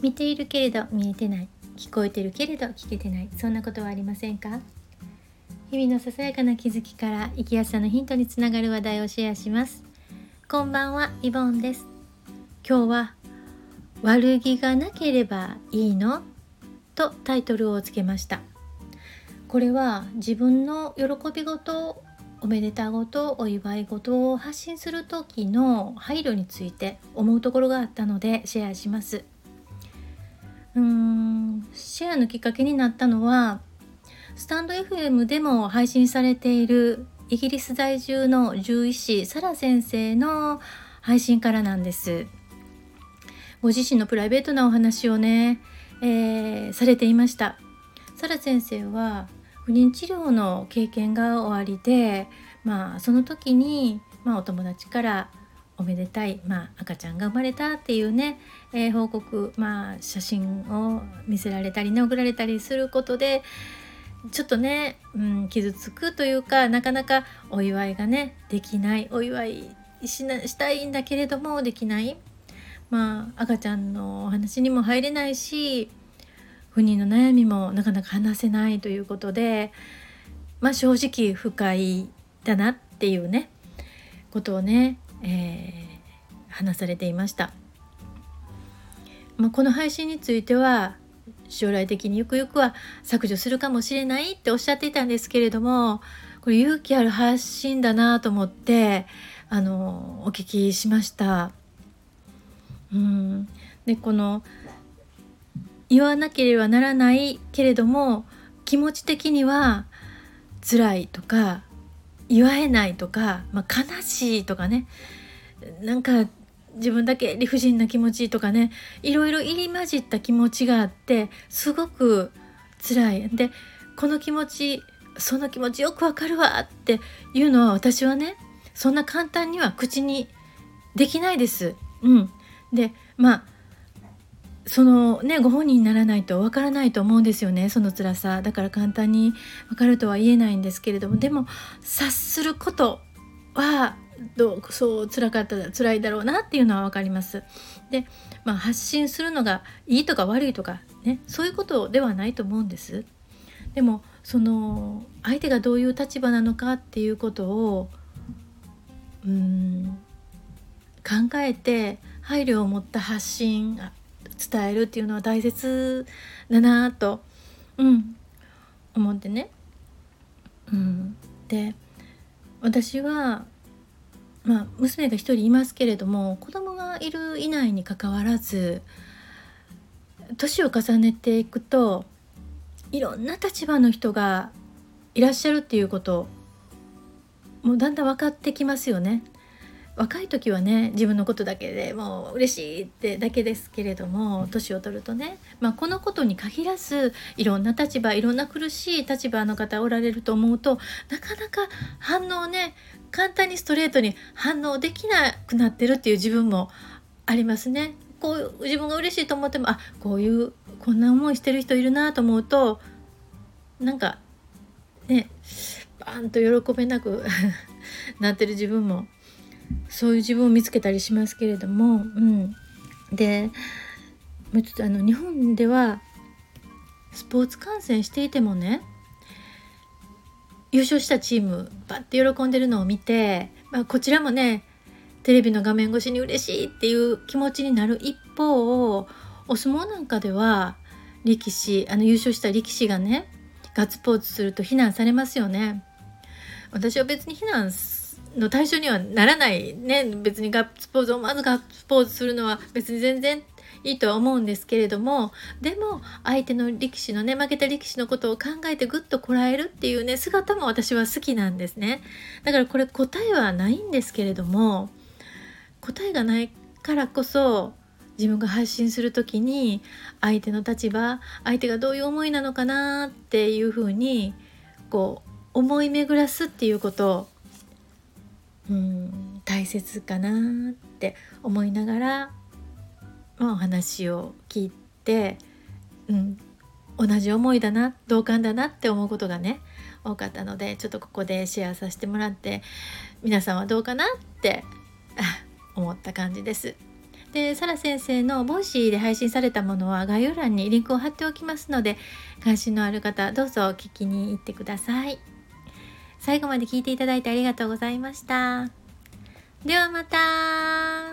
見ているけれど見えてない、聞こえてるけれど聞けてない、そんなことはありませんか？日々のささやかな気づきから生きやすさのヒントにつながる話題をシェアします。こんばんは、イボンです。今日は悪気がなければいいのとタイトルをつけました。これは自分の喜び事、おめでたごと、お祝い事を発信する時の配慮について思うところがあったのでシェアします。シェアのきっかけになったのは、スタンド FM でも配信されているイギリス在住の獣医師サラ先生の配信からなんです。ご自身のプライベートなお話をね、されていました。サラ先生は不妊治療の経験がおありで、その時に、お友達からおめでたい、赤ちゃんが生まれたっていうね、報告、写真を見せられたりね、送られたりすることでちょっとね、傷つくというか、なかなかお祝いがねできない、お祝いしたいんだけれどもできない、赤ちゃんのお話にも入れないし、不妊の悩みもなかなか話せないということで、正直不快だなっていうねことをね、話されていました。この配信については将来的にゆくゆくは削除するかもしれないっておっしゃっていたんですけれども、これ勇気ある発信だなと思ってお聞きしました。で、この言わなければならないけれども気持ち的には辛いとか、言えないとか、悲しいとかね、なんか自分だけ理不尽な気持ちとかね、いろいろ入り混じった気持ちがあって、すごく辛い。で、この気持ち、その気持ちよくわかるわっていうのは、私はねそんな簡単には口にできないです。で、そのね、ご本人にならないとわからないと思うんですよね、その辛さ。だから簡単にわかるとは言えないんですけれども、でも察することはそう辛いだろうなっていうのは分かります。で、発信するのがいいとか悪いとかね、そういうことではないと思うんです。でもその相手がどういう立場なのかっていうことを考えて配慮を持った発信、伝えるっていうのは大切だなと、思ってね。で、私は娘が一人いますけれども、子供がいるいないにかかわらず、年を重ねていくといろんな立場の人がいらっしゃるっていうこともうだんだん分かってきますよね。若い時はね、自分のことだけでもう嬉しいってだけですけれども、年を取るとね、このことに限らずいろんな立場、いろんな苦しい立場の方おられると思うと、なかなか反応ね、簡単にストレートに反応できなくなってるっていう自分もありますね。こう自分が嬉しいと思っても、こんな思いしてる人いるなと思うと、なんかね、バーンと喜べなくなってる自分も、そういう自分を見つけたりしますけれども、で、もうちょっと日本ではスポーツ観戦していてもね、優勝したチームバッて喜んでるのを見て、こちらもねテレビの画面越しに嬉しいっていう気持ちになる一方、お相撲なんかでは力士、優勝した力士がねガッツポーズすると非難されますよね。私は別に非難の対象にはならないね。別にガッツポーズするのは別に全然いいとは思うんですけれども、でも相手の力士のね、負けた力士のことを考えてぐっとこらえるっていうね姿も私は好きなんですね。だからこれ答えはないんですけれども、答えがないからこそ自分が発信するときに相手の立場、相手がどういう思いなのかなっていうふうに思い巡らすっていうこと大切かなって思いながら、お話を聞いて、同じ思いだな、同感だなって思うことがね多かったので、ちょっとここでシェアさせてもらって、皆さんはどうかなって思った感じです。 でサラ先生のボイシーで配信されたものは概要欄にリンクを貼っておきますので、関心のある方どうぞ聞きに行ってください。最後まで聞いていただいてありがとうございました。ではまた。